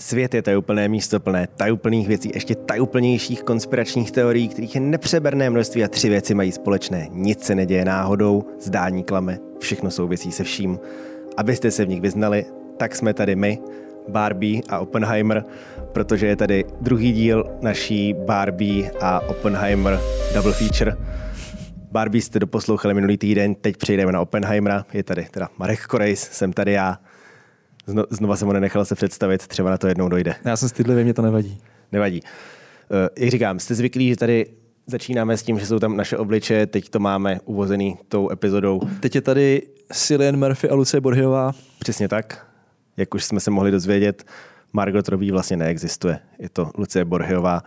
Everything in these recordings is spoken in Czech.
Svět je tajuplné místo plné tajuplných věcí, ještě tajuplnějších konspiračních teorií, kterých je nepřeberné množství a 3 věci mají společné. Nic se neděje náhodou, zdání klame, všechno souvisí se vším. Abyste se v nich vyznali, tak jsme tady my, Barbie a Oppenheimer, protože je tady druhý díl naší Barbie a Oppenheimer double feature. Barbie jste doposlouchali minulý týden, teď přejdeme na Oppenheimera. Je tady teda Marek Korejs, jsem tady já. Znova jsem ho nenechal se představit, třeba na to jednou dojde. Já jsem stydlivý, mě to nevadí. Nevadí. Jak říkám, jste zvyklí, že tady začínáme s tím, že jsou tam naše obličeje, teď to máme uvozený tou epizodou. Teď je tady Cillian Murphy a Lucie Borhiová. Přesně tak. Jak už jsme se mohli dozvědět, Margot Robbie vlastně neexistuje. Je to Lucie Borhiová.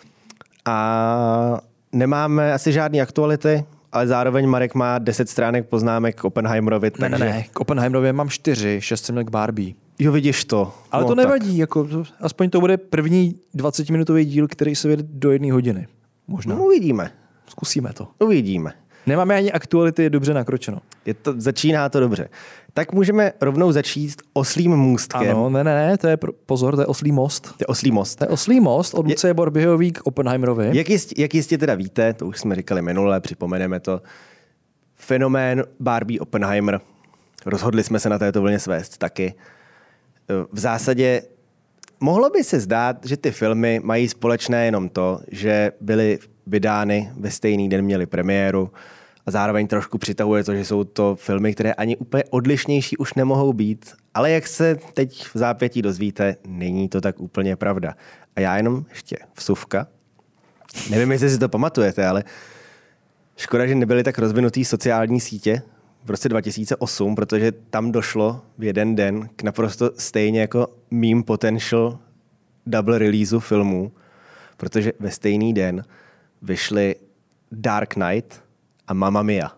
A nemáme asi žádný aktuality, ale zároveň Marek má 10 stránek poznámek k Oppenheimerovi. Takže... Ne, k Oppenheimerovi mám 4, 6 jsem měl k Barbie. Jo, vidíš to. Ale no, to nevadí, jako, aspoň to bude první 20-minutový díl, který se vede do 1 hodiny. Možná. No, uvidíme. Zkusíme to. Uvidíme. Nemáme ani aktuality, je dobře nakročeno. Začíná to dobře. Tak můžeme rovnou začít oslím můstkem. Ano, ne, to je, pozor, to je oslí most. To je oslí most. To je oslí most od Lucie Borhiový k Oppenheimerovi. Jak jistě teda víte, to už jsme říkali minule, připomeneme to, fenomén Barbie Oppenheimer. Rozhodli jsme se na této vlně svést taky. V zásadě mohlo by se zdát, že ty filmy mají společné jenom to, že byly vydány ve stejný den, měly premiéru a zároveň trošku přitahuje to, že jsou to filmy, které ani úplně odlišnější už nemohou být. Ale jak se teď v zápětí dozvíte, není to tak úplně pravda. A já jenom ještě vsuvka. Nevím, jestli si to pamatujete, ale škoda, že nebyly tak rozvinutý sociální sítě v roce 2008, protože tam došlo v jeden den k naprosto stejně jako meme potential double releaseu filmů, protože ve stejný den vyšly Dark Knight a Mamma Mia.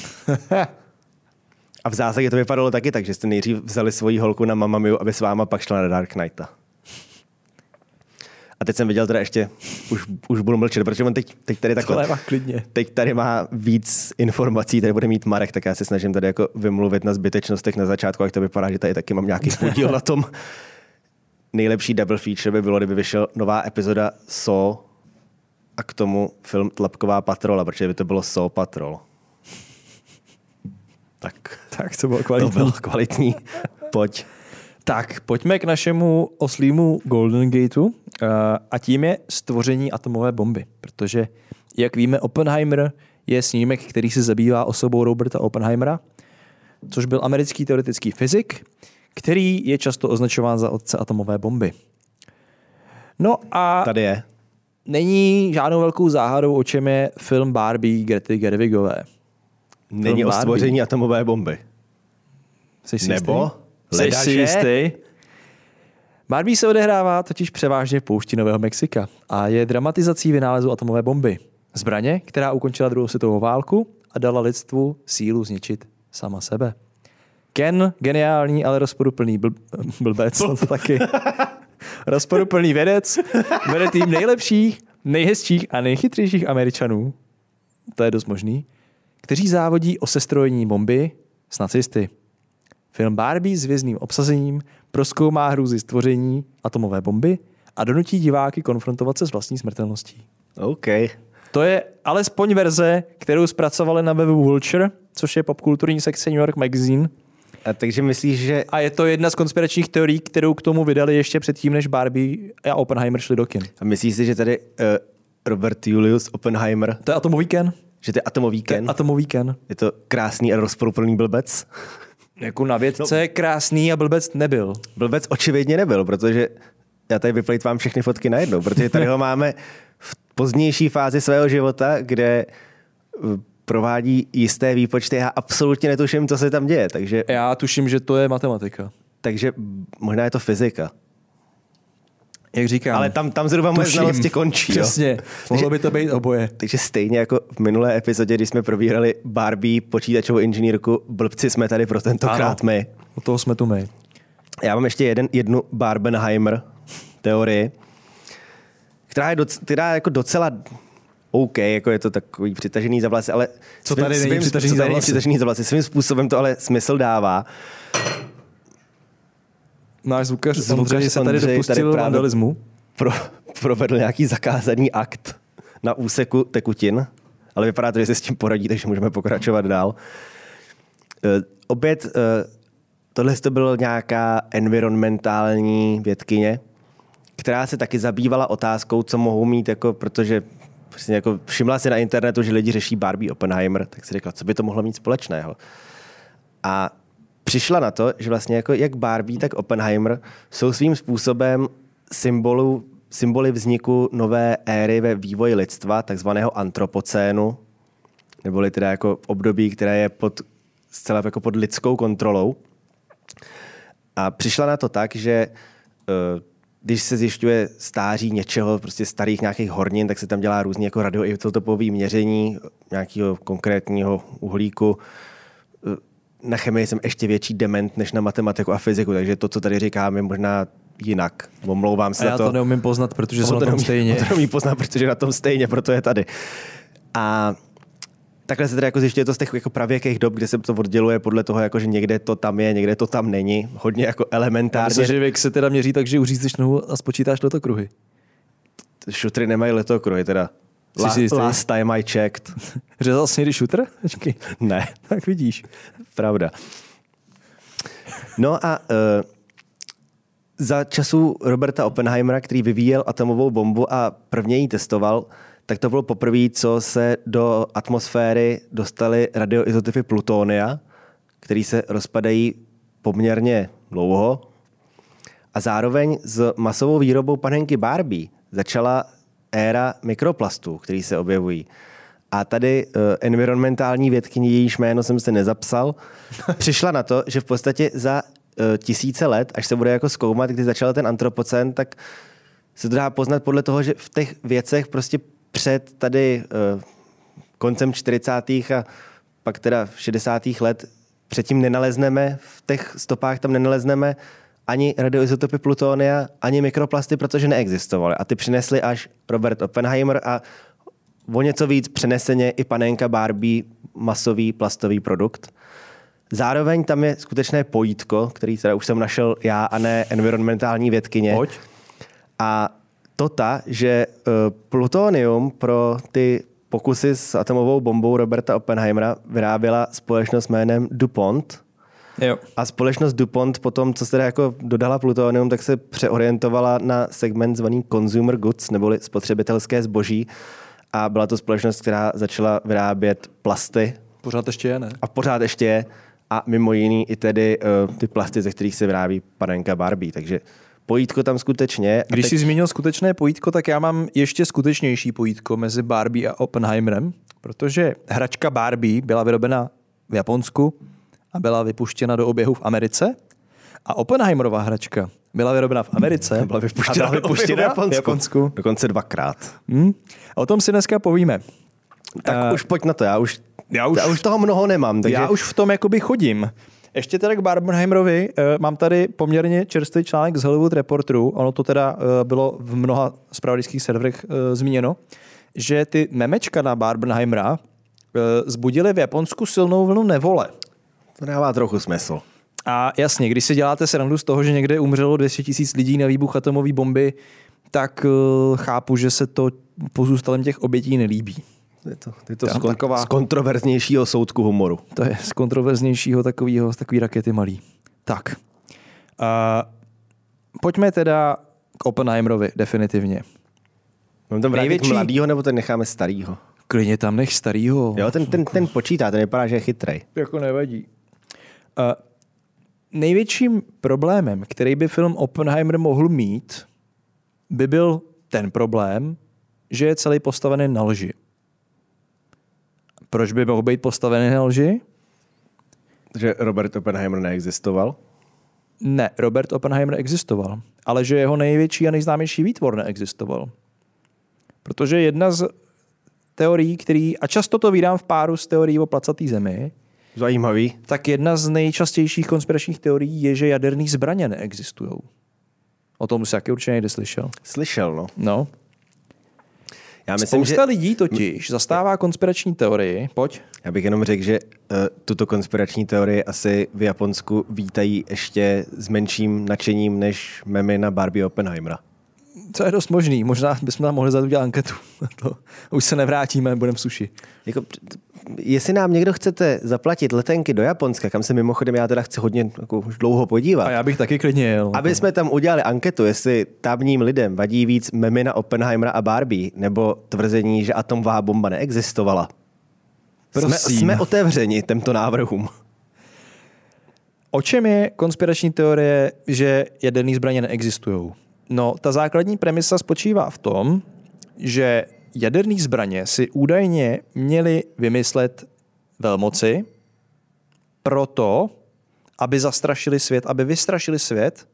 A v zásadě to vypadalo taky tak, že jste nejdřív vzali svoji holku na Mamma Miu, aby s váma pak šla na Dark Knighta. A teď jsem viděl teda ještě, už budu mlčet, protože on teď tady takhle. Teď tady má víc informací, tady bude mít Marek, tak já se snažím tady jako vymluvit na zbytečnostech na začátku, jak to vypadá, že tady taky mám nějaký podíl na tom. Nejlepší double feature by bylo, kdyby vyšel nová epizoda Saw a k tomu film Tlapková patrola, protože by to bylo Saw Patrol. Tak to bylo kvalitní. To bylo kvalitní. Pojď. Tak, pojďme k našemu oslímu Golden Gateu a tím je stvoření atomové bomby, protože, jak víme, Oppenheimer je snímek, který se zabývá osobou Roberta Oppenheimera, což byl americký teoretický fyzik, který je často označován za otce atomové bomby. No a tady je. Není žádnou velkou záhadou, o čem je film Barbie Grety Gerwigové. Není o stvoření atomové bomby. Nebo? Jsi jistý? Barbie se odehrává totiž převážně v poušti Nového Mexika a je dramatizací vynálezu atomové bomby. Zbraně, která ukončila druhou světovou válku a dala lidstvu sílu zničit sama sebe. Ken, geniální, ale rozporuplný blbec, to taky. Rozporuplný vědec, vede tým nejlepších, nejhezčích a nejchytřejších Američanů, to je dost možný, kteří závodí o sestrojení bomby s nacisty. Film Barbie s hvězdným obsazením prozkoumá hrůzy stvoření atomové bomby a donutí diváky konfrontovat se s vlastní smrtelností. OK. To je alespoň verze, kterou zpracovali na webu Vulture, což je popkulturní sekce New York Magazine. A takže myslíš, že... A je to jedna z konspiračních teorií, kterou k tomu vydali ještě předtím, než Barbie a Oppenheimer šli do kin. A myslíš si, že tady Robert Julius Oppenheimer... To je atomový Ken? Že to je atomový Ken? To je atomový Ken. Je to krásný a rozporuplný blbec? Jako na vědce je krásný a blbec nebyl. Blbec očividně nebyl, protože já tady vyplejtvám všechny fotky najednou, protože tady ho máme v pozdější fázi svého života, kde provádí jisté výpočty. Já absolutně netuším, co se tam děje. Takže... Já tuším, že to je matematika. Takže možná je to fyzika. Jak říkám. Ale tam zhruba moje znalosti končí. Přesně. Mohlo by to být oboje. Takže stejně jako v minulé epizodě, kdy jsme probírali Barbie, počítačovou inženýrku, blbci jsme tady pro tentokrát my. Od toho jsme tu my. Já mám ještě jednu Barbenheimer teorii, která je jako docela OK, jako je to takový přitažený za vlasy, ale... Co tady není přitažený za vlasy? Svým způsobem to ale smysl dává. náš zvukař samozřejmě se tady dopustil vandalismu. Provedl nějaký zakázaný akt na úseku tekutin, ale vypadá to, že se s tím poradí, takže můžeme pokračovat dál. Opět tohle to byla nějaká environmentální vědkyně, která se taky zabývala otázkou, co mohou mít, jako, protože jako všimla si na internetu, že lidi řeší Barbie Oppenheimer, tak si řekla, co by to mohlo mít společného. A přišla na to, že vlastně jako jak Barbie, tak Oppenheimer jsou svým způsobem symboly vzniku nové éry ve vývoji lidstva, takzvaného antropocénu, neboli teda jako období, které je zcela jako pod lidskou kontrolou. A přišla na to tak, že když se zjišťuje stáří něčeho, prostě starých nějakých hornin, tak se tam dělá různý jako radioizotopové měření nějakého konkrétního uhlíku. Na chemii jsem ještě větší dement než na matematiku a fyziku, takže to, co tady říkám, je možná jinak. Omlouvám se a já za to. Já to neumím poznat, protože jsem na tom stejně. To neumím poznat, protože na tom stejně, proto je tady. A takhle se teda jako zjišťuje to z těch jako pravěkých dob, kde se to odděluje podle toho, jako, že někde to tam je, někde to tam není. Hodně jako elementárně. Myslím, že věk se teda měří tak, že uřízeš nohu a spočítáš letokruhy. Šutry nemají letokruhy, teda. Last time I checked. Řezal jsi někdy šutr? Ne. Tak vidíš. Pravda. No a za času Roberta Oppenheimera, který vyvíjel atomovou bombu a prvně ji testoval, tak to bylo poprvé, co se do atmosféry dostaly radioizotopy plutonia, který se rozpadají poměrně dlouho. A zároveň s masovou výrobou panenky Barbie začala éra mikroplastů, který se objevují. A tady environmentální vědkyně, jejíž jméno jsem se nezapsal, přišla na to, že v podstatě za tisíce let, až se bude jako zkoumat, kdy začal ten antropocén, tak se to dá poznat podle toho, že v těch věcech prostě před tady koncem 40. a pak teda v 60. let předtím nenalezneme, v těch stopách tam nenalezneme ani radioizotopy plutonia, ani mikroplasty, protože neexistovaly. A ty přinesli až Robert Oppenheimer a o něco víc přeneseně i panenka Barbie, masový plastový produkt. Zároveň tam je skutečné pojítko, který teda už jsem našel já a ne environmentální vědkyně. Pojď. A že plutonium pro ty pokusy s atomovou bombou Roberta Oppenheimera vyráběla společnost jménem DuPont. Jo. A společnost DuPont potom, co se teda jako dodala plutonium, tak se přeorientovala na segment zvaný consumer goods, neboli spotřebitelské zboží. A byla to společnost, která začala vyrábět plasty. Pořád ještě je, ne? A pořád ještě je. A mimo jiný i tedy ty plasty, ze kterých se vyrábí panenka Barbie. Takže pojítko tam skutečně. Když jsi zmínil skutečné pojítko, tak já mám ještě skutečnější pojítko mezi Barbie a Oppenheimerem, protože hračka Barbie byla vyrobena v Japonsku a byla vypuštěna do oběhu v Americe. A Oppenheimerova hračka byla vyrobena v Americe byla vypuštěna v Japonsku. Dokonce 2krát. A o tom si dneska povíme. Tak už pojď na to, já už toho mnoho nemám. Takže... Já už v tom jakoby chodím. Ještě teda k Barbenheimerovi mám tady poměrně čerstvý článek z Hollywood Reporteru, ono to teda bylo v mnoha zpravodajských serverech zmíněno, že ty memečka na Barbenheimera zbudily v Japonsku silnou vlnu nevole. To dává trochu smysl. A jasně, když si děláte srandu z toho, že někde umřelo 200 000 lidí na výbuch atomové bomby, tak chápu, že se to pozůstalým těch obětí nelíbí. Je to z kontroverznějšího soudku humoru. To je z kontroverznějšího takový rakety malý. Tak. Pojďme teda k Oppenheimerovi definitivně. Mám tam vrátit mladýho, nebo ten necháme starýho? Klidně tam nech starýho. Jo, ten počítá, ten vypadá, že je chytrej. Jako nevadí. Největším problémem, který by film Oppenheimer mohl mít, by byl ten problém, že je celý postavený na lži. Proč by mohl být postavený na lži? Že Robert Oppenheimer neexistoval? Ne, Robert Oppenheimer existoval, ale že jeho největší a nejznámější výtvor neexistoval. Protože jedna z teorií, a často to vídám v páru s teorií o placatý zemi, zajímavý, tak jedna z nejčastějších konspiračních teorií je, že jaderné zbraně neexistují. O tom jsi taky určitě někdy slyšel. Slyšel, no. No. Já myslím, Spousta lidí totiž zastává konspirační teorii. Pojď. Já bych jenom řekl, že tuto konspirační teorii asi v Japonsku vítají ještě s menším nadšením než memy na Barbie Oppenheimera. To je dost možný. Možná bychom tam mohli udělat anketu. To už se nevrátíme, budeme v suši. Jako, jestli nám někdo chcete zaplatit letenky do Japonska, kam se mimochodem já teda chci hodně jako, už dlouho podívat. A já bych taky klidně jel. Aby jsme tam udělali anketu, jestli tamním lidem vadí víc memy na Oppenheimera a Barbie, nebo tvrzení, že atomová bomba neexistovala. Jsme otevřeni těmto návrhům. O čem je konspirační teorie, že jaderné zbraně neexistují? No, ta základní premisa spočívá v tom, že jaderné zbraně si údajně měli vymyslet velmoci proto, aby zastrašili svět, aby vystrašili svět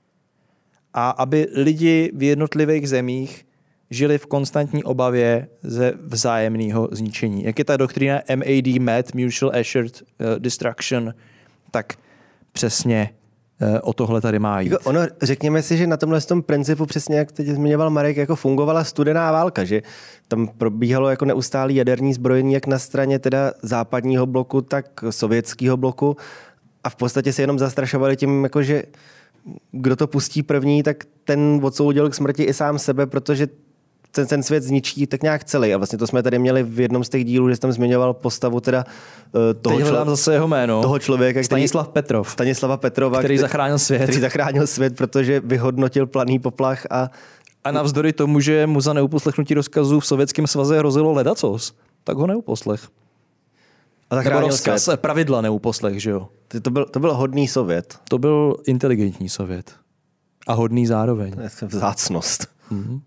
a aby lidi v jednotlivých zemích žili v konstantní obavě ze vzájemného zničení. Jak je ta doktrína MAD, MAD, Mutual Assured Destruction, tak přesně o tohle tady má jít. Ono, řekněme si, že na tomhle tom principu, přesně jak teď zmiňoval Marek, jako fungovala studená válka, že tam probíhalo jako neustálý jaderní zbrojení jak na straně teda západního bloku, tak sovětského bloku a v podstatě se jenom zastrašovali tím, jako že kdo to pustí první, tak ten odsoudil k smrti i sám sebe, protože ten svět zničí tak nějak celý. A vlastně to jsme tady měli v jednom z těch dílů, že jsi tam zmiňoval postavu teda zase jeho jméno. Toho člověka, Stanislava Petrova, který zachránil svět. Který zachránil svět, protože vyhodnotil planý poplach a navzdory tomu, že mu za neuposlechnutí rozkazů v Sovětském svaze hrozilo ledacos, tak ho neuposlech. A zachránil svět. Pravidla neuposlech, že jo? To byl hodný Sovět. To byl inteligentní Sovět. A hodný zároveň. To je vzácnost. Mm-hmm.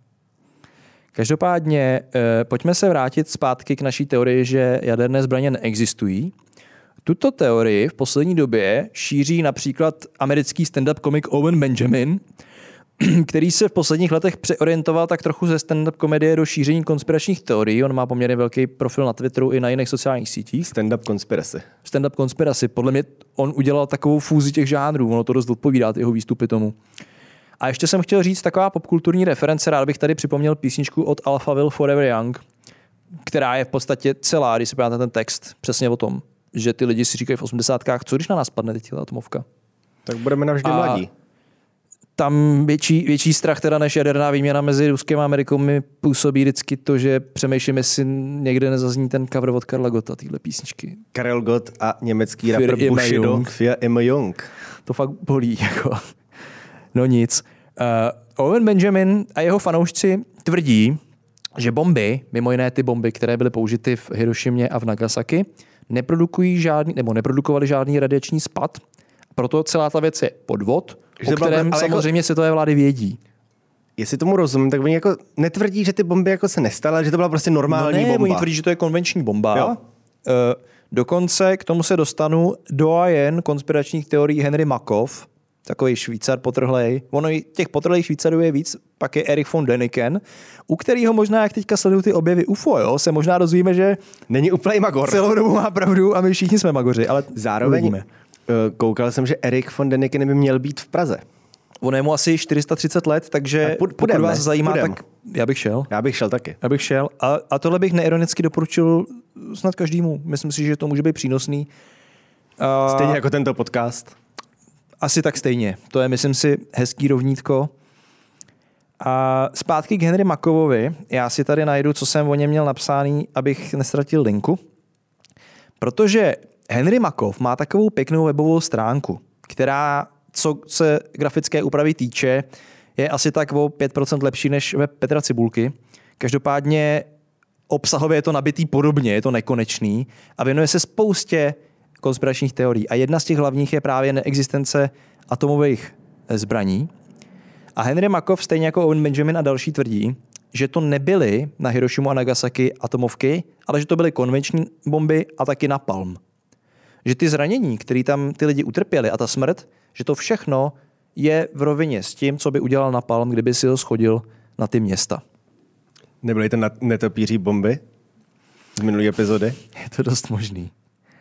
Každopádně pojďme se vrátit zpátky k naší teorii, že jaderné zbraně neexistují. Tuto teorii v poslední době šíří například americký stand-up komik Owen Benjamin, který se v posledních letech přeorientoval tak trochu ze stand-up komedie do šíření konspiračních teorií. On má poměrně velký profil na Twitteru i na jiných sociálních sítích. Stand-up conspiracy. Stand-up conspiracy. Podle mě on udělal takovou fúzi těch žánrů. Ono to dost odpovídá jeho výstupy tomu. A ještě jsem chtěl říct taková popkulturní reference, rád bych tady připomněl písničku od Alphaville Forever Young, která je v podstatě celá, když si podíváte ten text, přesně o tom, že ty lidi si říkají v 80kách, co když na nás padne teď ta atomovka. Tak budeme navždy mladí. Tam větší strach teda než jaderná výměna mezi Ruskem a Amerikou mi působí vždycky to, že přemýšlím, jestli někde nezazní ten cover od Karla Gotta, týhle písničky. Karel Gott a německý rapper Bushido. Für immer jung. To fakt bolí, jako... No nic. Owen Benjamin a jeho fanoušci tvrdí, že bomby, mimo jiné ty bomby, které byly použity v Hirošimě a v Nagasaki, neprodukovaly žádný radiační spad. Proto celá ta věc je podvod, o kterém samozřejmě světové vlády vědí. Jestli tomu rozumím, tak oni jako netvrdí, že ty bomby jako se nestaly, že to byla prostě normální bomba. Oni tvrdí, že to je konvenční bomba. Dokonce k tomu se dostanu doyen konspiračních teorií Henry Makov, takový Švýcar potrhlej. Ono těch potrhlejch Švýcarů je víc, pak je Erich von Däniken, u kterého možná, jak teďka sledují ty objevy UFO, jo, se možná dozvíme, že není úplný magor. Celou dobu má pravdu a my všichni jsme magoři, ale zároveň uvidíme. Koukal jsem, že Erich von Däniken by měl být v Praze. On je mu asi 430 let, takže pokud vás zajímá, tak já bych šel. Já bych šel taky. Já bych šel a tohle bych neironicky doporučil snad každému. Myslím si, že to může být přínosný. Stejně jako tento podcast. Asi tak stejně. To je, myslím si, hezký rovnítko. A zpátky k Henry Makovovi. Já si tady najdu, co jsem o něm měl napsaný, abych nestratil linku. Protože Henry Makov má takovou pěknou webovou stránku, která, co se grafické úpravy týče, je asi tak o 5% lepší než web Petra Cibulky. Každopádně obsahově je to nabitý podobně, je to nekonečný a věnuje se spoustě konspiračních teorií. A jedna z těch hlavních je právě neexistence atomových zbraní. A Henry Makov, stejně jako Owen Benjamin a další tvrdí, že to nebyly na Hirošimu a Nagasaki atomovky, ale že to byly konvenční bomby a taky napalm. Že ty zranění, které tam ty lidi utrpěli a ta smrt, že to všechno je v rovině s tím, co by udělal napalm, kdyby si ho schodil na ty města. Nebyly to netopíří bomby z minulé epizody? Je to dost možný.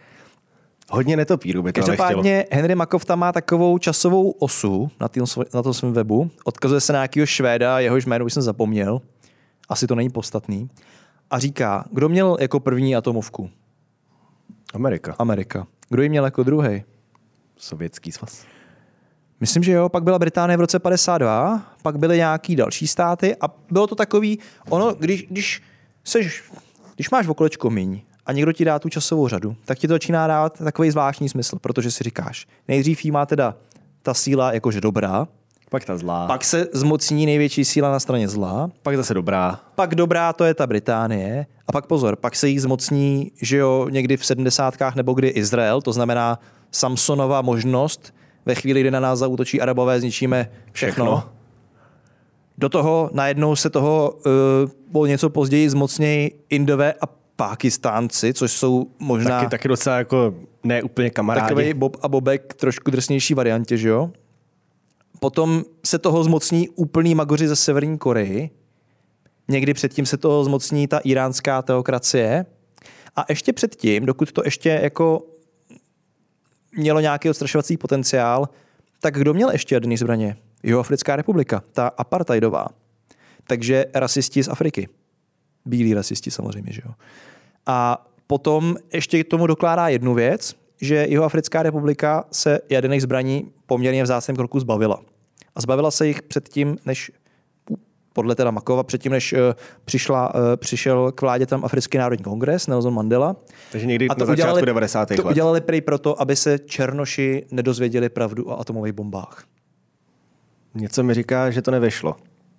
Hodně netopírů by to ale chtělo. Každopádně Henry Makov tam má takovou časovou osu na tom svém webu. Odkazuje se na nějakého Švéda, jehož jméno už jsem zapomněl. asi to není podstatný, a říká, kdo měl jako první atomovku? Amerika. Kdo ji měl jako druhý? Sovětský svaz. Myslím, že jo, pak byla Británie v roce 52, pak byly nějaký další státy a bylo to takový, když máš v okolečko míň a někdo ti dá tu časovou řadu, tak ti to začíná dávat takový zvláštní smysl, protože si říkáš, nejdřív jí má teda ta síla jakože dobrá, Pak ta zlá. pak se zmocní největší síla na straně zlá, Pak zase dobrá. pak dobrá, to je ta Británie, a pak pozor, pak se jí zmocní, že jo, někdy v 70. nebo kdy Izrael, to znamená Samsonova možnost, ve chvíli, kdy na nás zaútočí Arabové, zničíme všechno. Do toho najednou se toho o něco později zmocnějí Indové a Pákistánci, což jsou možná Taky docela jako ne úplně kamarádi. takový Bob a Bobek, trošku drsnější variantě, že jo? Potom se toho zmocní úplný magoři ze Severní Koreji. Někdy předtím se toho zmocní ta iránská teokracie. A ještě předtím, dokud to ještě jako mělo nějaký odstrašovací potenciál, tak kdo měl ještě jaderné zbraně? Jihoafrická republika, ta apartheidová. Takže rasisti z Afriky. Bílí rasisti samozřejmě, že jo. A potom ještě k tomu dokládá jednu věc, že Jihoafrická republika se jaderných zbraní poměrně vzácném kroku zbavila. A zbavila se jich předtím, než podle teda Makova, předtím, než přišel k vládě tam Africký národní kongres, Nelson Mandela. Takže někdy na začátku 90. let. To udělali prý proto, aby se Černoši nedozvěděli pravdu o atomových bombách. Něco mi říká, že to nevyšlo.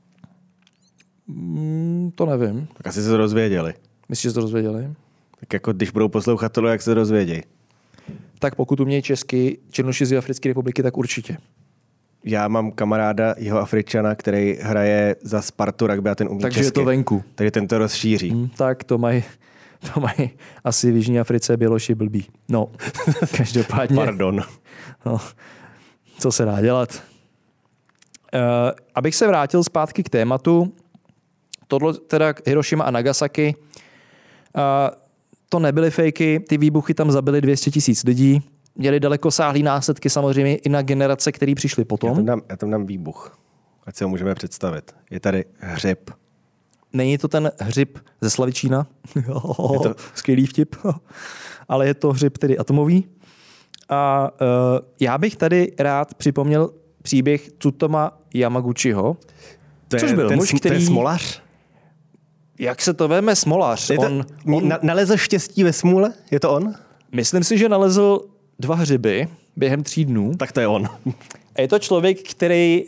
To nevím. Tak asi se to dozvěděli. Myslíš, že se to dozvěděli? Tak jako když budou poslouchat tohle, jak se dozvědějí. Tak pokud umějí česky Černoši z Jihoafrické republiky, tak určitě. Já mám kamaráda Jihoafričana, který hraje za Spartu rugby a ten umí Takže česky. je to venku. Takže ten to rozšíří. Tak to mají asi v Jižní Africe Běloši blbí. No, každopádně. Pardon. No, co se dá dělat? Abych se vrátil zpátky k tématu, tohle teda Hirošima a Nagasaki, to nebyly fejky, ty výbuchy tam zabily 200 000 lidí, měly dalekosáhlý následky samozřejmě i na generace, které přišly potom. Já tam dám výbuch, ať si ho můžeme představit. Je tady hřib. Není to ten hřib ze Slavičína, skvělý vtip, ale je to hřib tedy atomový. A já bych tady rád připomněl příběh Tsutoma Yamaguchiho, což byl muž, který... Ten smolař? Jak se to veme, smolař? Nalezl štěstí ve smůle? Je to on? Myslím si, že nalezl 2 hřiby během 3 dnů. Tak to je on. A je to člověk, který...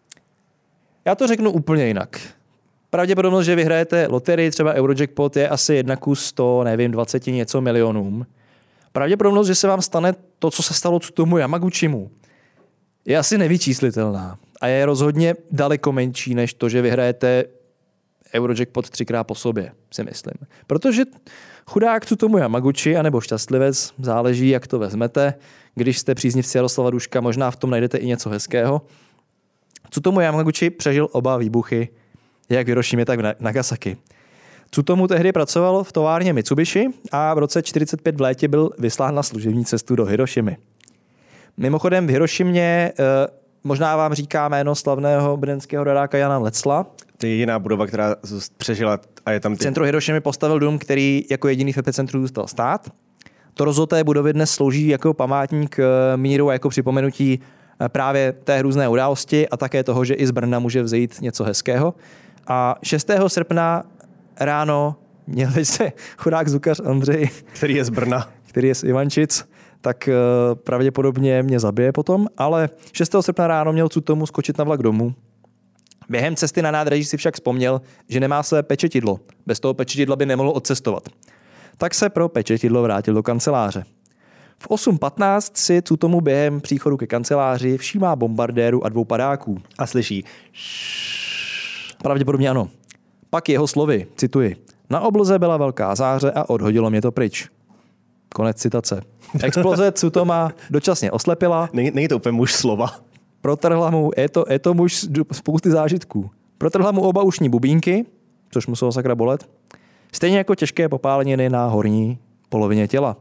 Já to řeknu úplně jinak. Pravděpodobnost, že vyhrajete loterii, třeba Eurojackpot, je asi 1:100, nevím, 20 něco milionům. Pravděpodobnost, že se vám stane to, co se stalo tomu Yamaguchimu, je asi nevyčíslitelná. A je rozhodně daleko menší, než to, že vyhrajete Eurojackpot 3krát po sobě, si myslím. Protože chudák tomu Yamaguchi, anebo šťastlivec, záleží, jak to vezmete. Když jste příznivci Jaroslava Duška, možná v tom najdete i něco hezkého. Tsutomu Yamaguchi přežil oba výbuchy, jak v Hirošimě, tak v Nagasaki. Tsutomu tehdy pracoval v továrně Mitsubishi a v roce 1945 v létě byl vyslán na služební cestu do Hirošimy. Mimochodem v Hirošimě možná vám říká jméno slavného brněnského rodáka Jana Lecla. To je jediná budova, která přežila a je tam... V centru Hirošimy postavil dům, který jako jediný v epicentru zůstal stát. To rozhoté budovy dnes slouží jako památník míru a jako připomenutí právě té hrůzné události a také toho, že i z Brna může vzejít něco hezkého. A 6. srpna ráno měl se chudák zukař Andřej, který je z Brna, který je z Ivančic, tak pravděpodobně mě zabije potom, ale 6. srpna ráno měl Tsutomu skočit na vlak domů. Během cesty na nádraží si však vzpomněl, že nemá své pečetidlo. Bez toho pečetidla by nemohl odcestovat. Tak se pro pečetidlo vrátil do kanceláře. V 8:15 si Tsutomu během příchodu ke kanceláři všímá bombardéru a 2 padáků. A slyší. Pravděpodobně ano. Pak jeho slovy, cituji, na obloze byla velká záře a odhodilo mě to pryč. Konec citace. Exploze Tsutoma dočasně oslepila. Není to úplně muž slova. Protrhla mu, je to muž spousty zážitků. Protrhla mu oba ušní bubínky, což muselo sakra bolet. Stejně jako těžké popáleniny na horní polovině těla.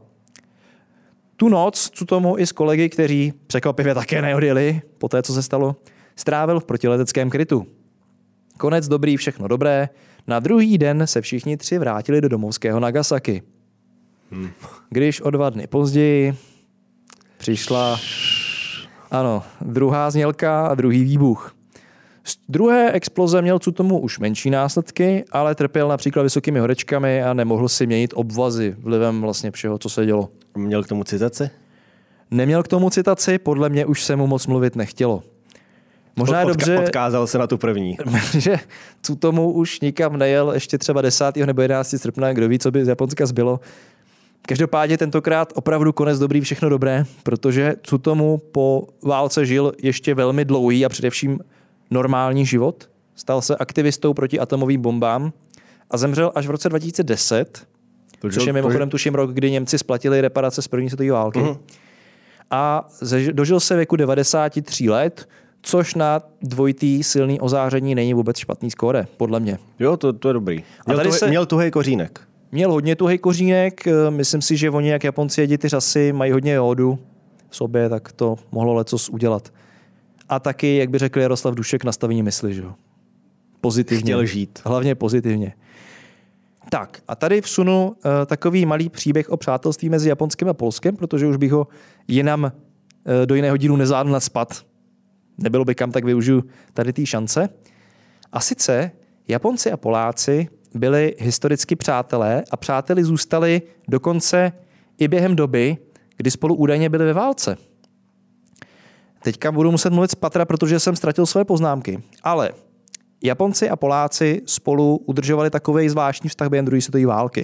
Tu noc Tsutomu i s kolegy, kteří překvapivě také neodjeli po té, co se stalo, strávil v protileteckém krytu. Konec dobrý, všechno dobré. Na druhý den se všichni 3 vrátili do domovského Nagasaki. Když o 2 dny později přišla druhá znělka a druhý výbuch. Z druhé exploze měl Tsutomu už menší následky, ale trpěl například vysokými horečkami a nemohl si měnit obvazy vlivem vlastně všeho, co se dělo. Měl k tomu citaci? Neměl k tomu citaci, podle mě už se mu moc mluvit nechtělo. Možná je dobře, odkázal se na tu první. že Tsutomu už nikam nejel ještě třeba 10. nebo 11. srpna, kdo ví, co by z Japonska zbylo. Každopádně tentokrát opravdu konec dobrý, všechno dobré, protože Tsutomu po válce žil ještě velmi dlouhý a především normální život. Stal se aktivistou proti atomovým bombám a zemřel až v roce 2010, což je mimochodem tuším rok, kdy Němci splatili reparace z první světové války. A dožil se věku 93 let, což na dvojitý silný ozáření není vůbec špatný skóre, podle mě. Jo, to je dobrý. Měl tuhej kořínek. Měl hodně tuhej kořínek, myslím si, že oni, jak Japonci jedí ty řasy, mají hodně jódu v sobě, tak to mohlo lecos udělat. A taky, jak by řekl Jaroslav Dušek, nastavení mysli, že jo. Pozitivně. Chtěl žít. Hlavně pozitivně. Tak a tady vsunu takový malý příběh o přátelství mezi Japonskem a Polskem, protože už bych ho jinam do jiného dílu nezvládl nacpat. Nebylo by kam, tak využiju tady té šance. A sice Japonci a Poláci byli historicky přátelé a přáteli zůstali dokonce i během doby, kdy spolu údajně byli ve válce. Teďka budu muset mluvit z patra, protože jsem ztratil své poznámky. Ale Japonci a Poláci spolu udržovali takový zvláštní vztah během druhé světové války.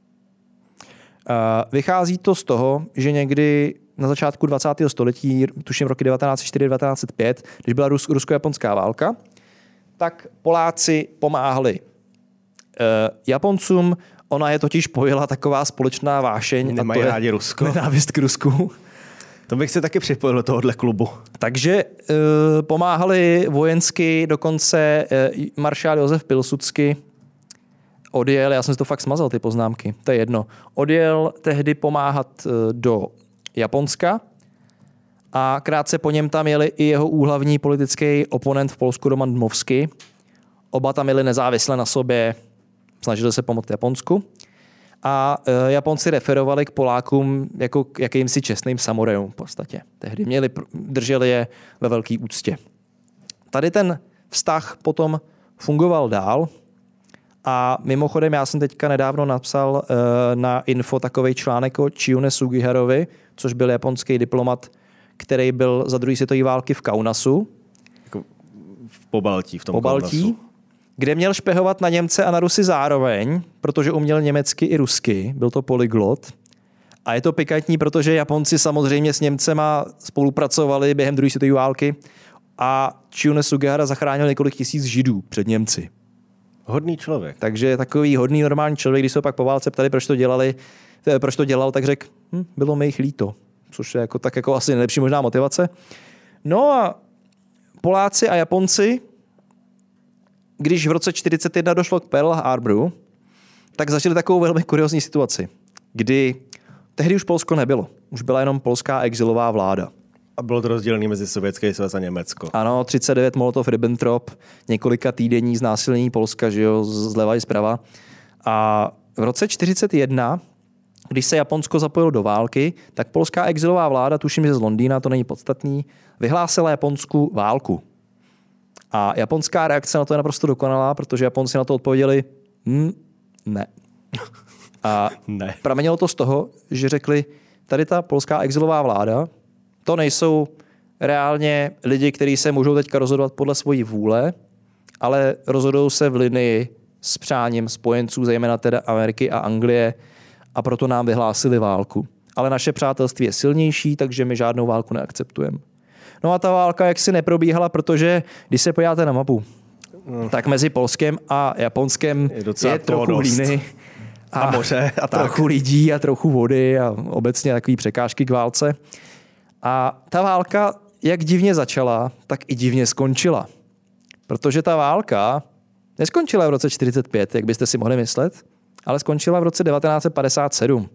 Vychází to z toho, že někdy na začátku 20. století, tuším roky 1904-1905, když byla rusko-japonská válka, tak Poláci pomáhali Japoncům. Ona je totiž pojila taková společná vášeň. Nemají rádi Rusko. Nenávist k Rusku. To bych se taky připojil do tohohle klubu. Takže pomáhali vojensky, dokonce maršál Josef Pilsudský odjel, já jsem si to fakt smazal, ty poznámky, to je jedno, odjel tehdy pomáhat do Japonska a krátce po něm tam jeli i jeho úhlavní politický oponent v Polsku Roman Dmowski. Oba tam jeli nezávisle na sobě, snažili se pomoct Japonsku. A Japonci referovali k Polákům jako k jakýmsi čestným samurajům v podstatě. Tehdy drželi je ve velké úctě. Tady ten vztah potom fungoval dál a mimochodem já jsem teďka nedávno napsal na Info takovej článek o Chiune Sugiharovi, což byl japonský diplomat, který byl za druhé světové války v Kaunasu. Jako v Pobaltí, v tom Pobaltí, Kaunasu. Kde měl špehovat na Němce a na Rusy zároveň, protože uměl německy i rusky, byl to polyglot. A je to pikantní, protože Japonci samozřejmě s Němcema spolupracovali během druhé světové války a Chiune Sugihara zachránil několik tisíc Židů před Němci. Hodný člověk. Takže takový hodný normální člověk, když se pak po válce ptali, proč to dělal, tak řekl, bylo mi jich líto. Což je tak jako asi nejlepší možná motivace. No a Poláci a Japonci, když v roce 1941 došlo k Pearl Harboru, tak zažili takovou velmi kuriózní situaci, kdy tehdy už Polsko nebylo. Už byla jenom polská exilová vláda. A bylo to rozdělené mezi Sovětský svaz a Německo. Ano, 39 Molotov-Ribbentrop, několika týdenní znásilnění Polska, že jo, zleva i zprava. A v roce 1941, když se Japonsko zapojilo do války, tak polská exilová vláda, tuším, že z Londýna, to není podstatný, vyhlásila Japonsku válku. A japonská reakce na to je naprosto dokonalá, protože Japonci na to odpověděli ne. A ne. pramenilo to z toho, že řekli, tady ta polská exilová vláda, to nejsou reálně lidi, kteří se můžou teďka rozhodovat podle svojí vůle, ale rozhodují se v linii s přáním spojenců, zejména teda Ameriky a Anglie, a proto nám vyhlásili válku. Ale naše přátelství je silnější, takže my žádnou válku neakceptujeme. No a ta válka jaksi neprobíhala, protože když se podíváte na mapu, tak mezi Polskem a Japonskem je trochu hlíny a moře a trochu lidí a trochu vody a obecně takové překážky k válce. A ta válka, jak divně začala, tak i divně skončila. Protože ta válka neskončila v roce 1945, jak byste si mohli myslet, ale skončila v roce 1957.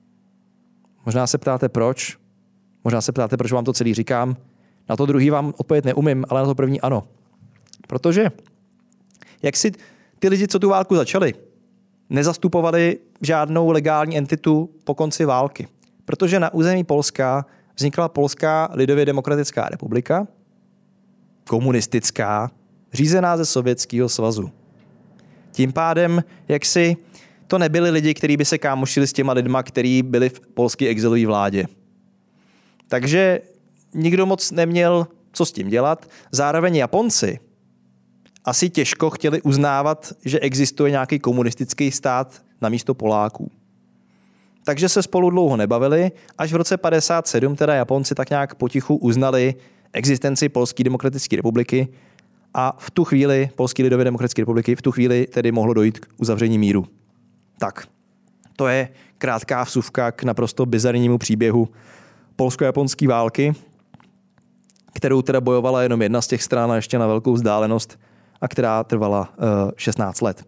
Možná se ptáte proč, proč vám to celý říkám. Na to druhý vám odpovědět neumím, ale na to první ano. Protože jak si ty lidi, co tu válku začali, nezastupovali žádnou legální entitu po konci války. Protože na území Polska vznikla Polská lidově demokratická republika, komunistická, řízená ze Sovětského svazu. Tím pádem, jaksi to nebyli lidi, kteří by se kámošili s těma lidma, kteří byli v polské exilové vládě. Takže nikdo moc neměl co s tím dělat. Zároveň Japonci asi těžko chtěli uznávat, že existuje nějaký komunistický stát na místo Poláků. Takže se spolu dlouho nebavili, až v roce 1957 teda Japonci tak nějak potichu uznali existenci Polské demokratické republiky a v tu chvíli Polské lidově demokratické republiky v tu chvíli tedy mohlo dojít k uzavření míru. Tak, to je krátká vsuvka k naprosto bizarnímu příběhu polsko-japonské války, kterou teda bojovala jenom jedna z těch stran a ještě na velkou vzdálenost a která trvala 16 let.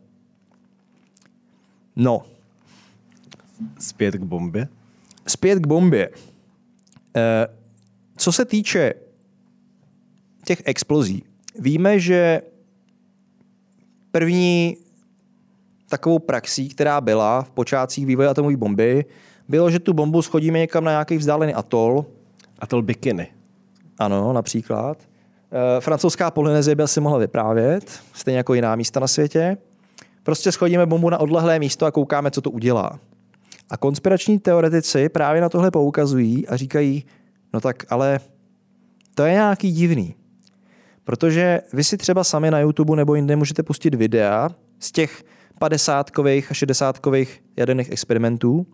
No. Zpět k bombě? Zpět k bombě. Co se týče těch explozí, víme, že první takovou praxí, která byla v počátcích vývoje atomové bomby, bylo, že tu bombu schodíme někam na nějaký vzdálený atol. Atol Bikini. Ano, například. Francouzská Polynézie by asi mohla vyprávět, stejně jako jiná místa na světě. Prostě schodíme bombu na odlehlé místo a koukáme, co to udělá. A konspirační teoretici právě na tohle poukazují a říkají, no tak ale to je nějaký divný. Protože vy si třeba sami na YouTube nebo jinde můžete pustit videa z těch 50kových a 60kových jaderných experimentů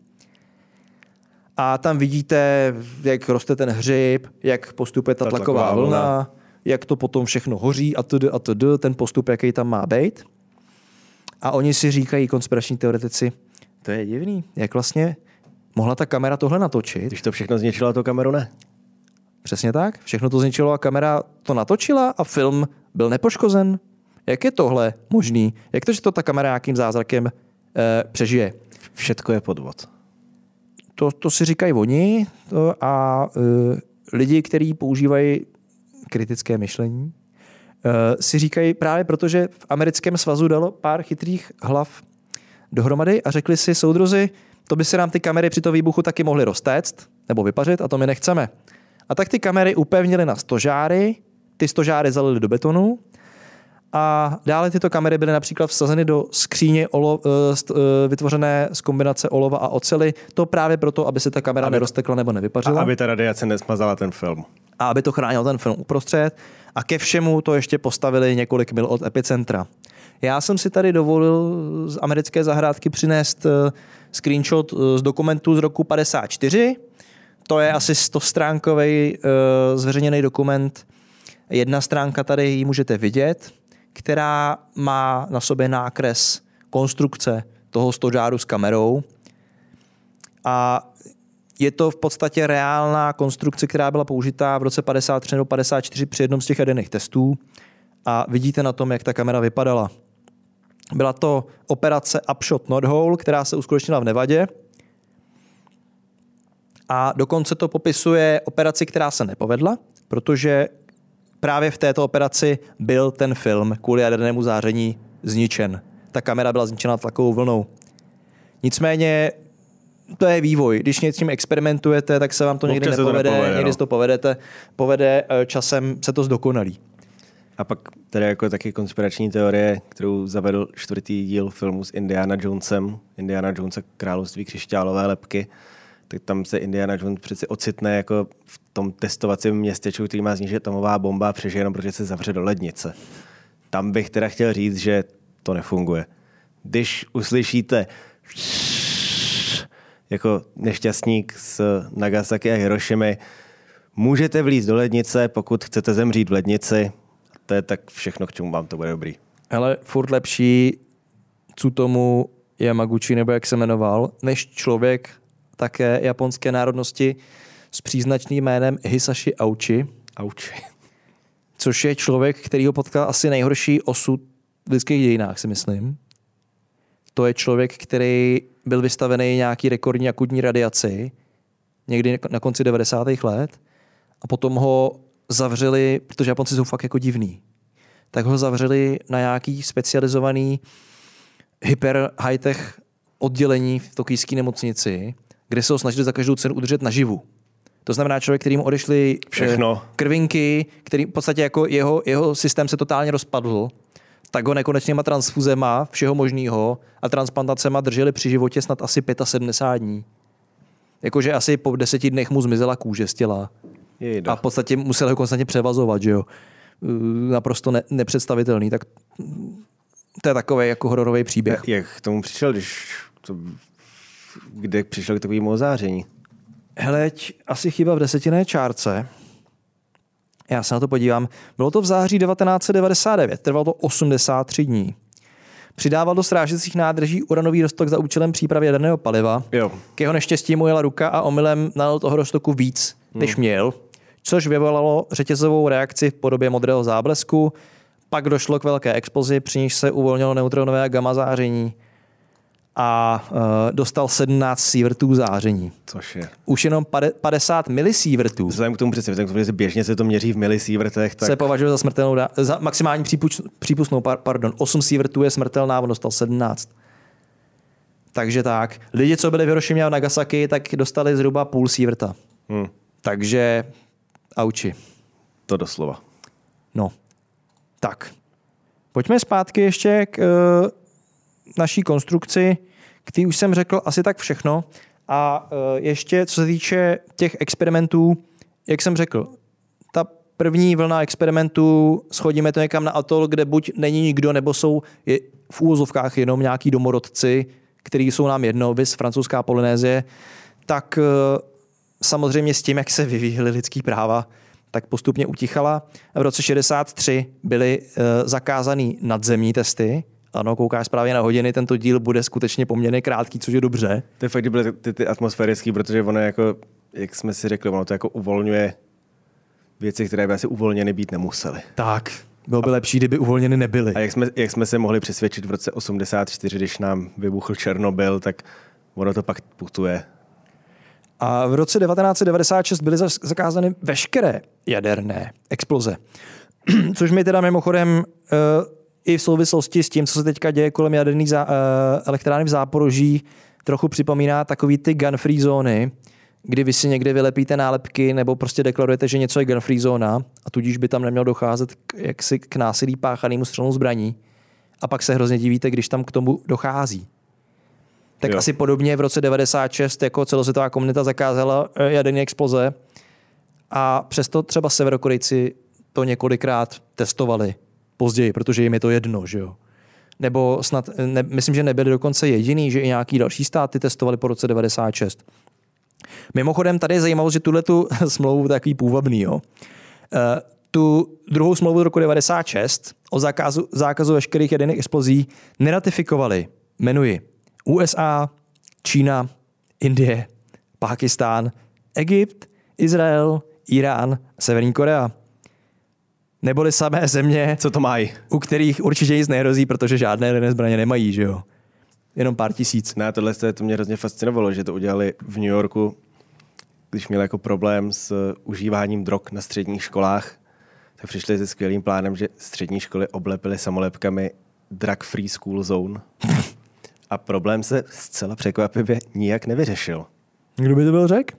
a tam vidíte, jak roste ten hřib, jak postupuje ta tlaková vlna, jak to potom všechno hoří a ten postup, jaký tam má být. A oni si říkají, konspirační teoretici, to je divný, jak vlastně mohla ta kamera tohle natočit. Když to všechno zničilo, to kameru ne. Přesně tak, všechno to zničilo a kamera to natočila a film byl nepoškozen. Jak je tohle možný? Jak to, že to ta kamera nějakým zázrakem přežije? Všetko je podvod. To si říkají oni a lidi, kteří používají kritické myšlení, si říkají právě proto, že v americkém svazu dalo pár chytrých hlav dohromady a řekli si, soudruzi, to by se nám ty kamery při tom výbuchu taky mohly roztéct nebo vypařit a to my nechceme. A tak ty kamery upevnili na stožáry, ty stožáry zalili do betonu a dále tyto kamery byly například vsazeny do skříně vytvořené z kombinace olova a oceli. To právě proto, aby se ta kamera neroztekla nebo nevypařila. A aby ta radiace nesmazala ten film. A aby to chránil ten film uprostřed. A ke všemu to ještě postavili několik mil od epicentra. Já jsem si tady dovolil z americké zahrádky přinést screenshot z dokumentu z roku 54. To je asi 100stránkový zveřejněný dokument. Jedna stránka tady ji můžete vidět, která má na sobě nákres konstrukce toho stožáru s kamerou. A je to v podstatě reálná konstrukce, která byla použitá v roce 53 nebo 54 při jednom z těch jaderných testů. A vidíte na tom, jak ta kamera vypadala. Byla to operace Upshot Knothole, která se uskutečnila v Nevadě. A dokonce to popisuje operaci, která se nepovedla, protože právě v této operaci byl ten film kvůli jadernému záření zničen. Ta kamera byla zničena tlakovou vlnou. Nicméně to je vývoj. Když něčím experimentujete, tak se vám to někdy nepovede, někdy to povede, časem se to zdokonalí. A pak tady jako taky konspirační teorie, kterou zavedl 4. díl filmu s Indiana Jonesem, Indiana Jones a království křišťálové lebky, tak tam se Indiana Jones přeci ocitne jako v tom testovacím městečku, který má zničit atomová bomba a přežije jenom, protože se zavře do lednice. Tam bych teda chtěl říct, že to nefunguje. Když uslyšíte jako nešťastník z Nagasaki a Hirošimy, můžete vlízt do lednice, pokud chcete zemřít v lednici. To je tak všechno, k čemu vám to bude dobrý. Ale furt lepší Tsutomu Yamaguchi, nebo jak se jmenoval, než člověk také japonské národnosti s příznačným jménem Hisashi Auchi. Což je člověk, který ho potkal asi nejhorší osud v lidských dějinách, si myslím. To je člověk, který byl vystavený nějaký rekordní akutní radiaci někdy na konci 90. let a potom ho zavřeli, protože Japonci jsou fakt jako divný. tak ho zavřeli na nějaký specializovaný hyper high-tech oddělení v tokijské nemocnici, kde se ho snažili za každou cenu udržet naživu. To znamená člověk, kterým odešly krvinky, který v podstatě jako jeho systém se totálně rozpadl, tak ho nekonečnýma transfuzema všeho možného a transplantacema drželi při životě snad asi 75 dní. Jakože asi po 10 dnech mu zmizela kůže z těla. A v podstatě musel ho konstantně převazovat, že jo. Naprosto nepředstavitelný. Tak to je takový jako hororový příběh. Jak k tomu přišel, kde přišel k takovému ozáření? Hele, asi chyba v 10. čárce. Já se na to podívám. Bylo to v září 1999, trvalo to 83 dní. Přidával do srážecích nádrží uranový roztok za účelem přípravy jaderného paliva. Jo. K jeho neštěstí mu jela ruka a omylem nalil toho roztoku víc, než měl, což vyvolalo řetězovou reakci v podobě modrého záblesku. Pak došlo k velké explozi, při níž se uvolnilo neutronové a gamma záření a dostal 17 sievertů záření. Což je? Už jenom 50 milisievertů. Vzhledem k tomu přesně, že běžně se to měří v milisievertech, tak... Se považuje za smrtelnou, za maximální přípustnou, 8 sievertů je smrtelná, on dostal 17. Takže tak. Lidi, co byli v Hirošimě a v Nagasaki, tak dostali zhruba půl sieverta. Takže auči. To doslova. No. Tak. Pojďme zpátky ještě k naší konstrukci, který už jsem řekl asi tak všechno. A ještě co se týče těch experimentů, jak jsem řekl, ta první vlna experimentů, schodíme to někam na atol, kde buď není nikdo, nebo jsou v úvozovkách jenom nějaký domorodci, kteří jsou nám jedno, viz francouzská Polynézie, tak samozřejmě s tím, jak se vyvíjely lidský práva, tak postupně utichala. V roce 63 byly zakázaný nadzemní testy. Ano, koukáš právě na hodiny, tento díl bude skutečně poměrně krátký, což je dobře. To je fakt, kdy byly ty atmosférický, protože ono jako, jak jsme si řekli, ono to jako uvolňuje věci, které by asi uvolněny být nemusely. Tak, bylo by lepší, kdyby uvolněny nebyly. A jak jsme se mohli přesvědčit v roce 84, když nám vybuchl Černobyl, tak ono to pak putuje. A v roce 1996 byly zakázány veškeré jaderné exploze. Což mi teda mimochodem i v souvislosti s tím, co se teďka děje kolem jaderných elektrárny v Záporoží, trochu připomíná takový ty gun-free zóny, kdy vy si někde vylepíte nálepky nebo prostě deklarujete, že něco je gun-free zóna a tudíž by tam nemělo docházet k násilí páchanému střelnou zbraní a pak se hrozně divíte, když tam k tomu dochází. Tak asi podobně v roce 96 jako celosvětová komunita zakázala jaderné exploze a přesto třeba Severokorejci to několikrát testovali později, protože jim je to jedno, že jo. Nebo snad, myslím, že nebyli dokonce jediný, že i nějaký další státy testovali po roce 96. Mimochodem, tady je zajímavost, že tuhletu smlouvu takový půvabný, jo. Tu druhou smlouvu z roku 96 o zákazu veškerých jaderných explozí neratifikovali, jmenuji, USA, Čína, Indie, Pákistán, Egypt, Izrael, Irán, Severní Korea. Neboli samé země, co to mají, u kterých určitě nic nehrozí, protože žádné jaderné zbraně nemají, že jo. Jenom pár tisíc. No, tohle to mě hrozně fascinovalo, že to udělali v New Yorku, když měli jako problém s užíváním drog na středních školách, tak přišli se skvělým plánem, že střední školy oblepily samolepkami Drug Free School Zone. A problém se zcela překvapivě nijak nevyřešil. Kdo by to byl řekl?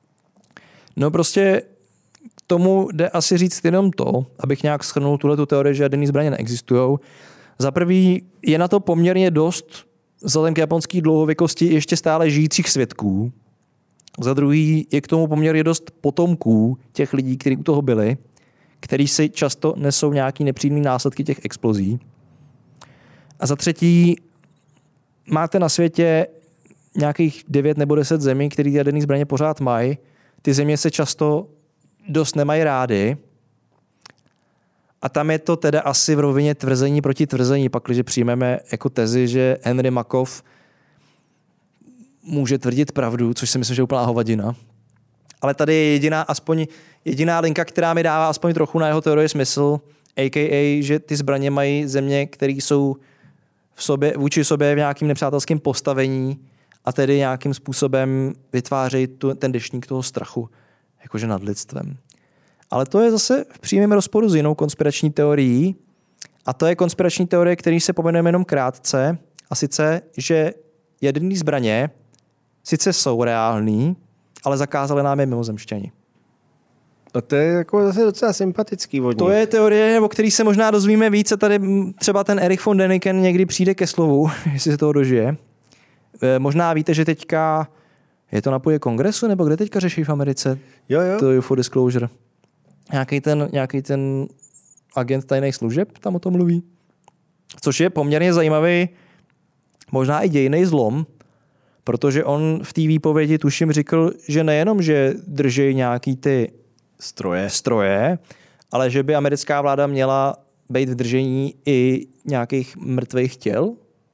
No prostě k tomu jde asi říct jenom to, abych nějak shrnul tuhletu teorii, že jaderné zbraně neexistují. Za prvý je na to poměrně dost vzhledem k japonské dlouhověkosti ještě stále žijících svědků. Za druhý je k tomu poměrně dost potomků těch lidí, kteří u toho byli, kteří si často nesou nějaký nepříjemný následky těch explozí. A za třetí máte na světě nějakých 9 nebo 10 zemí, které jaderné zbraně pořád mají. Ty země se často dost nemají rády. A tam je to teda asi v rovině tvrzení proti tvrzení, pakliže přijmeme jako tezi, že Henry Makov může tvrdit pravdu, což si myslím, že je úplná hovadina. Ale tady je jediná linka, která mi dává aspoň trochu na jeho teorii smysl, a.k.a., že ty zbraně mají země, které jsou vůči sobě v nějakým nepřátelském postavení a tedy nějakým způsobem vytvářejí ten deštník toho strachu, jakože nad lidstvem. Ale to je zase v přímém rozporu s jinou konspirační teorií, A to je konspirační teorie, který se pomenujeme jenom krátce, a sice, že jaderné zbraně sice jsou reální, ale zakázali nám je mimozemšťani. A to je jako zase docela sympatický vodní. To je teorie, o který se možná dozvíme více. Tady třeba ten Erich von Däniken někdy přijde ke slovu, jestli se toho dožije. Možná víte, že teďka, je to na půdě kongresu, nebo kde teďka řeší v Americe? Jo. To UFO disclosure. Nějaký ten agent tajných služeb tam o tom mluví. Což je poměrně zajímavý, možná i dějnej zlom, protože on v té výpovědi tuším řekl, že nejenom, že drží nějaký ty stroje, ale že by americká vláda měla být v držení i nějakých mrtvých těl.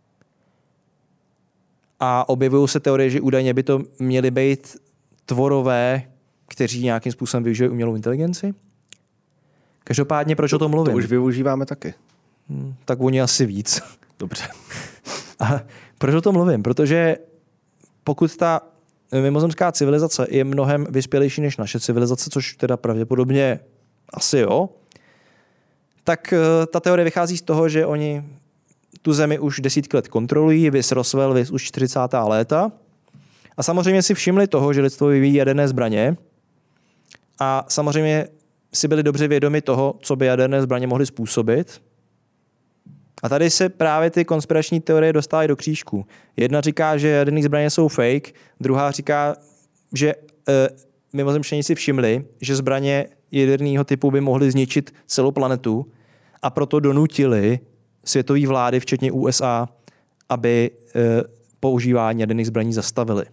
A objevují se teorie, že údajně by to měly být tvorové, kteří nějakým způsobem využívají umělou inteligenci. Každopádně, proč o tom mluvím? To už využíváme taky. Tak oni asi víc. Dobře. A proč o tom mluvím? Protože pokud ta mimozemská civilizace je mnohem vyspělejší než naše civilizace, což teda pravděpodobně asi jo, tak ta teorie vychází z toho, že oni tu zemi už desítky let kontrolují, vys Roswell, vys už 40. léta. A samozřejmě si všimli toho, že lidstvo vyvíjí jaderné zbraně. A samozřejmě si byli dobře vědomi toho, co by jaderné zbraně mohly způsobit. A tady se právě ty konspirační teorie dostávají do křížku. Jedna říká, že jaderné zbraně jsou fake, druhá říká, že mimozemšťani si všimli, že zbraně jaderného typu by mohly zničit celou planetu a proto donutili světové vlády, včetně USA, aby používání jaderných zbraní zastavili.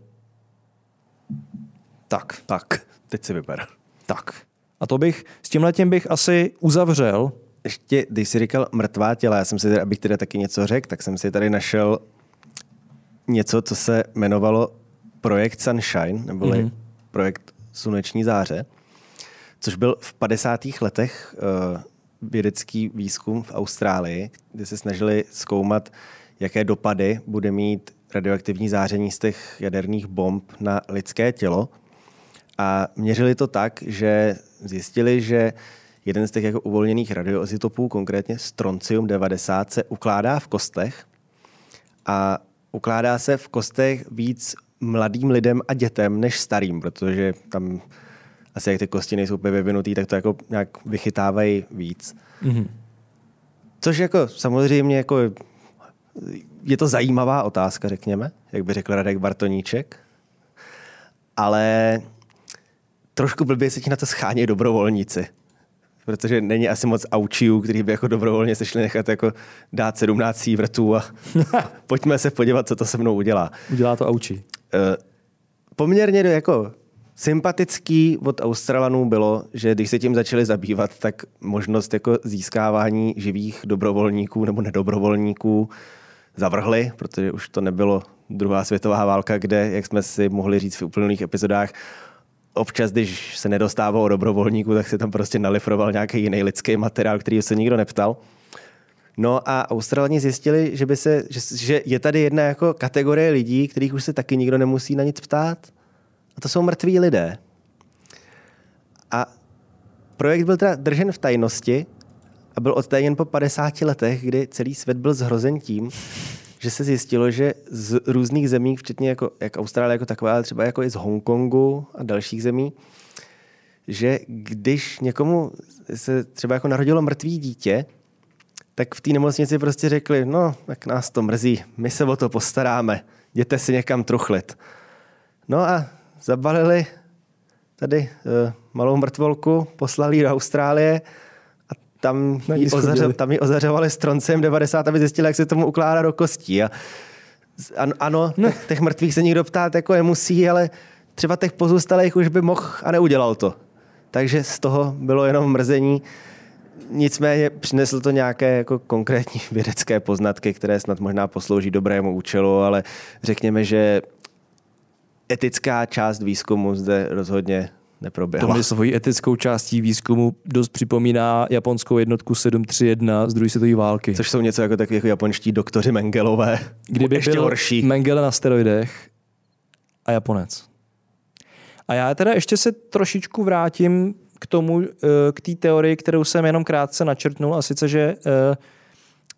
Tak, teď si vyber. Tak. A to bych, s tímhletím bych asi uzavřel. Ještě, když jsi říkal mrtvá těla, já jsem si, abych teda taky něco řekl, tak jsem si tady našel něco, co se jmenovalo Projekt Sunshine, neboli Projekt Sluneční záře, což byl v 50. letech vědecký výzkum v Austrálii, kde se snažili zkoumat, jaké dopady bude mít radioaktivní záření z těch jaderných bomb na lidské tělo. A měřili to tak, že zjistili, že jeden z těch jako uvolněných radioizotopů, konkrétně strontium-90, se ukládá v kostech a ukládá se v kostech víc mladým lidem a dětem než starým, protože tam asi jak ty kosti nejsou úplně vyvinutý, tak to jako nějak vychytávají víc. Mm-hmm. Což jako samozřejmě jako je to zajímavá otázka, řekněme, jak by řekl Radek Bartoníček, ale trošku blbě se ti na to schánějí dobrovolníci. Protože není asi moc aučiů, kteří by jako dobrovolně se šli nechat jako dát 17 sývrtů a pojďme se podívat, co to se mnou udělá. Udělá to aučí. Poměrně jako sympatický od Australanů bylo, že když se tím začali zabývat, tak možnost jako získávání živých dobrovolníků nebo nedobrovolníků zavrhli, protože už to nebylo druhá světová válka, kde, jak jsme si mohli říct v úplných epizodách, občas, když se nedostávalo dobrovolníků, tak se tam prostě nalifroval nějaký jiný lidský materiál, který se nikdo neptal. No a Australani zjistili, že je tady jedna jako kategorie lidí, kterých už se taky nikdo nemusí na nic ptát. A to jsou mrtví lidé. A projekt byl teda držen v tajnosti a byl odtajněn po 50 letech, kdy celý svět byl zhrozen tím, že se zjistilo, že z různých zemí, včetně jako, jak Austrálie jako taková, ale třeba jako i z Hongkongu a dalších zemí, že když někomu se třeba jako narodilo mrtvý dítě, tak v té nemocnici prostě řekli, no, tak nás to mrzí, my se o to postaráme, jděte si někam truchlit. No a zabalili tady malou mrtvolku, poslali ji do Austrálie a tam ji ozařovali stroncem 90, aby zjistili, jak se tomu ukládá do kostí. A ano, těch mrtvých se nikdo ptát jako nemusí, ale třeba těch pozůstalých už by mohl a neudělal to. Takže z toho bylo jenom mrzení. Nicméně přinesl to nějaké jako konkrétní vědecké poznatky, které snad možná poslouží dobrému účelu, ale řekněme, že etická část výzkumu zde rozhodně neproběhla. To mi svojí etickou částí výzkumu dost připomíná japonskou jednotku 731 z druhé světové války. Což jsou něco jako takový jako japonští doktoři Mengelové. Kdyby ještě byl horší. Mengele na steroidech a Japonec. A já teda ještě se trošičku vrátím k tomu, k té teorii, kterou jsem jenom krátce načrtnul, a sice, že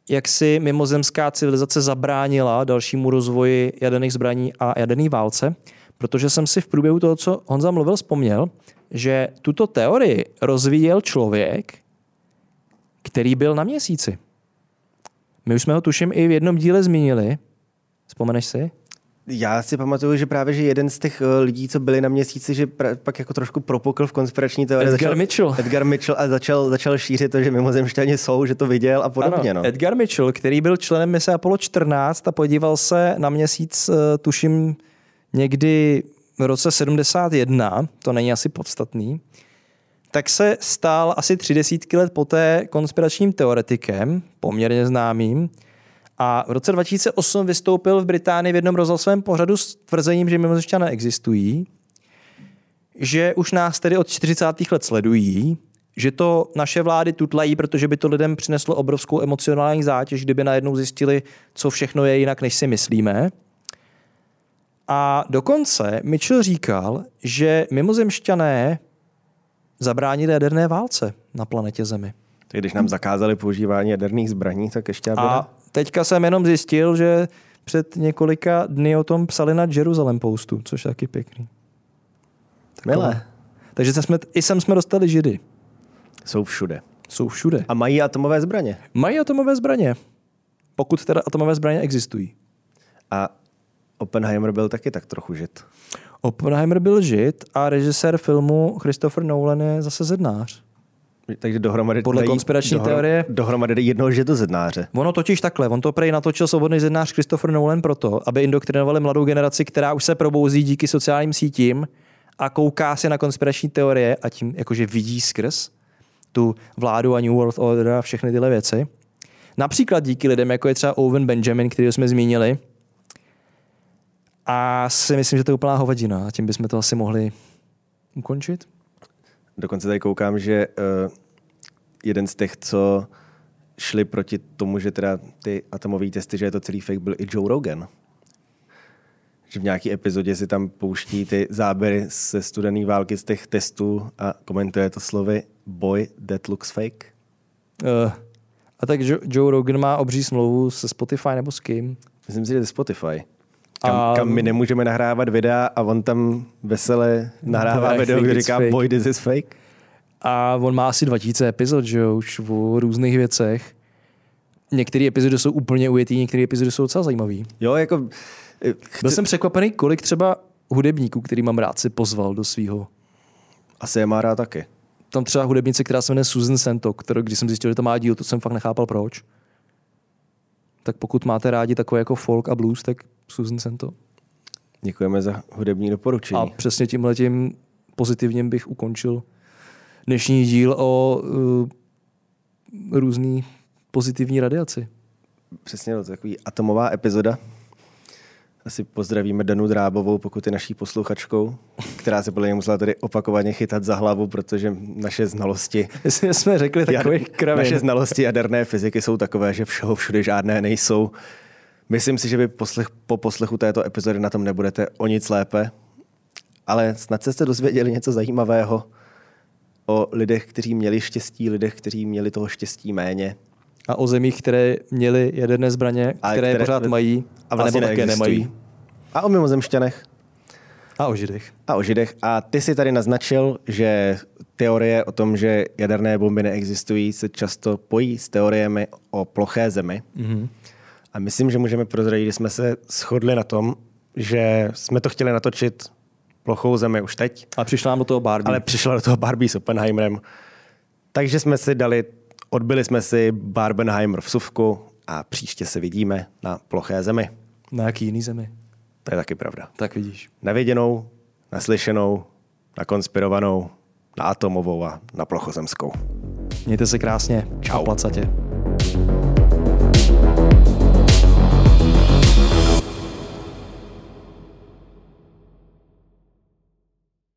jak si mimozemská civilizace zabránila dalšímu rozvoji jaderných zbraní a jaderné válce, protože jsem si v průběhu toho, co Honza mluvil, vzpomněl, že tuto teorii rozvíjel člověk, který byl na Měsíci. My už jsme ho tuším i v jednom díle zmínili. Vzpomeneš si? Já si pamatuju, že právě že jeden z těch lidí, co byli na Měsíci, že pak jako trošku propukl v konspirační teorii. Edgar Mitchell a začal šířit to, že mimozemšťani jsou, že to viděl a podobně. Ano, no. Edgar Mitchell, který byl členem mise Apollo 14 a podíval se na Měsíc, tuším, někdy v roce 71, to není asi podstatný, tak se stal asi 30 let poté konspiračním teoretikem, poměrně známým, a v roce 2008 vystoupil v Británii v jednom rozhlasovém pořadu s tvrzením, že mimozemšťané existují, že už nás tedy od 40. let sledují, že to naše vlády tutlají, protože by to lidem přineslo obrovskou emocionální zátěž, kdyby najednou zjistili, co všechno je jinak, než si myslíme. A dokonce Mitchell říkal, že mimozemšťané zabránili jaderné válce na planetě Zemi. Tak když nám zakázali používání jaderných zbraní, tak ještě a teďka jsem jenom zjistil, že před několika dny o tom psali na Jerusalem Postu, což je taky pěkný. Milé. Takže sem jsme dostali Židy. Jsou všude. Jsou všude. A mají atomové zbraně. Mají atomové zbraně. Pokud teda atomové zbraně existují. A Oppenheimer byl taky tak trochu Žid. Oppenheimer byl Žid a režisér filmu Christopher Nolan je zase zednář. Takže dohromady podle konspirační teorie dohromady jednoho židozednáře. Ono totiž takhle, on to prej natočil Svobodný zednář Christopher Nolan proto, aby indoktrinovali mladou generaci, která už se probouzí díky sociálním sítím a kouká si na konspirační teorie a tím jakože vidí skrz tu vládu a New World Order a všechny tyhle věci. Například díky lidem, jako je třeba Owen Benjamin, který jsme zmínili. A si myslím, že to je úplná hovadina a tím bychom to asi mohli ukončit. Dokonce tady koukám, že jeden z těch, co šli proti tomu, že teda ty atomové testy, že je to celý fake, byl i Joe Rogan. Že v nějaké epizodě si tam pouští ty záběry ze studené války z těch testů a komentuje to slovy boy, that looks fake. A tak Joe Rogan má obří smlouvu se Spotify nebo s kým? Myslím si, že je Spotify. Kam my nemůžeme nahrávat videa a on tam vesele nahrává video, kde říká fake. Boy, this is fake. A on má asi 2000 epizod, že jo, už o různých věcech. Některé epizody jsou úplně ujetý, některé epizody jsou docela zajímavý. Jo, jako... Byl jsem překvapený, kolik třeba hudebníků, který mám rád, si pozval do svýho. Asi je má rád taky. Tam třeba hudebnice, která se jmenuje Susan Santo, když jsem zjistil, že to má díl, to jsem fakt nechápal proč. Tak pokud máte rádi takové jako folk a blues, tak Susan Santo. Děkujeme za hudební doporučení. A přesně tímhletím pozitivním bych ukončil dnešní díl o různý pozitivní radiaci. Přesně, to takový atomová epizoda. Asi pozdravíme Danu Drábovou, pokud je naší posluchačkou, která se podle něj musela tady opakovaně chytat za hlavu, protože naše znalosti... jsme řekli takových kravin. Naše znalosti jaderné fyziky jsou takové, že všeho všude žádné nejsou. Myslím si, že vy po poslechu této epizody na tom nebudete o nic lépe, ale snad jste dozvěděli něco zajímavého o lidech, kteří měli štěstí, lidech, kteří měli toho štěstí méně. A o zemích, které měly jaderné zbraně, které pořád mají, a vlastně nebo také nemají. A o mimozemšťanech. A o Židech. A o Židech. A ty si tady naznačil, že teorie o tom, že jaderné bomby neexistují, se často pojí s teoriemi o ploché zemi. Mm-hmm. A myslím, že můžeme prozradit, že jsme se shodli na tom, že jsme to chtěli natočit plochou zemi už teď. A přišla nám do toho Barbie. Ale přišla do toho Barbie s Oppenheimerem. Takže jsme si odbyli jsme si Barbenheimer v suvku a příště se vidíme na ploché zemi. Na jaký jiný zemi? To je taky pravda. Tak vidíš. Navěděnou, naslyšenou, nakonspirovanou, na atomovou a na plochozemskou. Mějte se krásně. Čau. A placatě.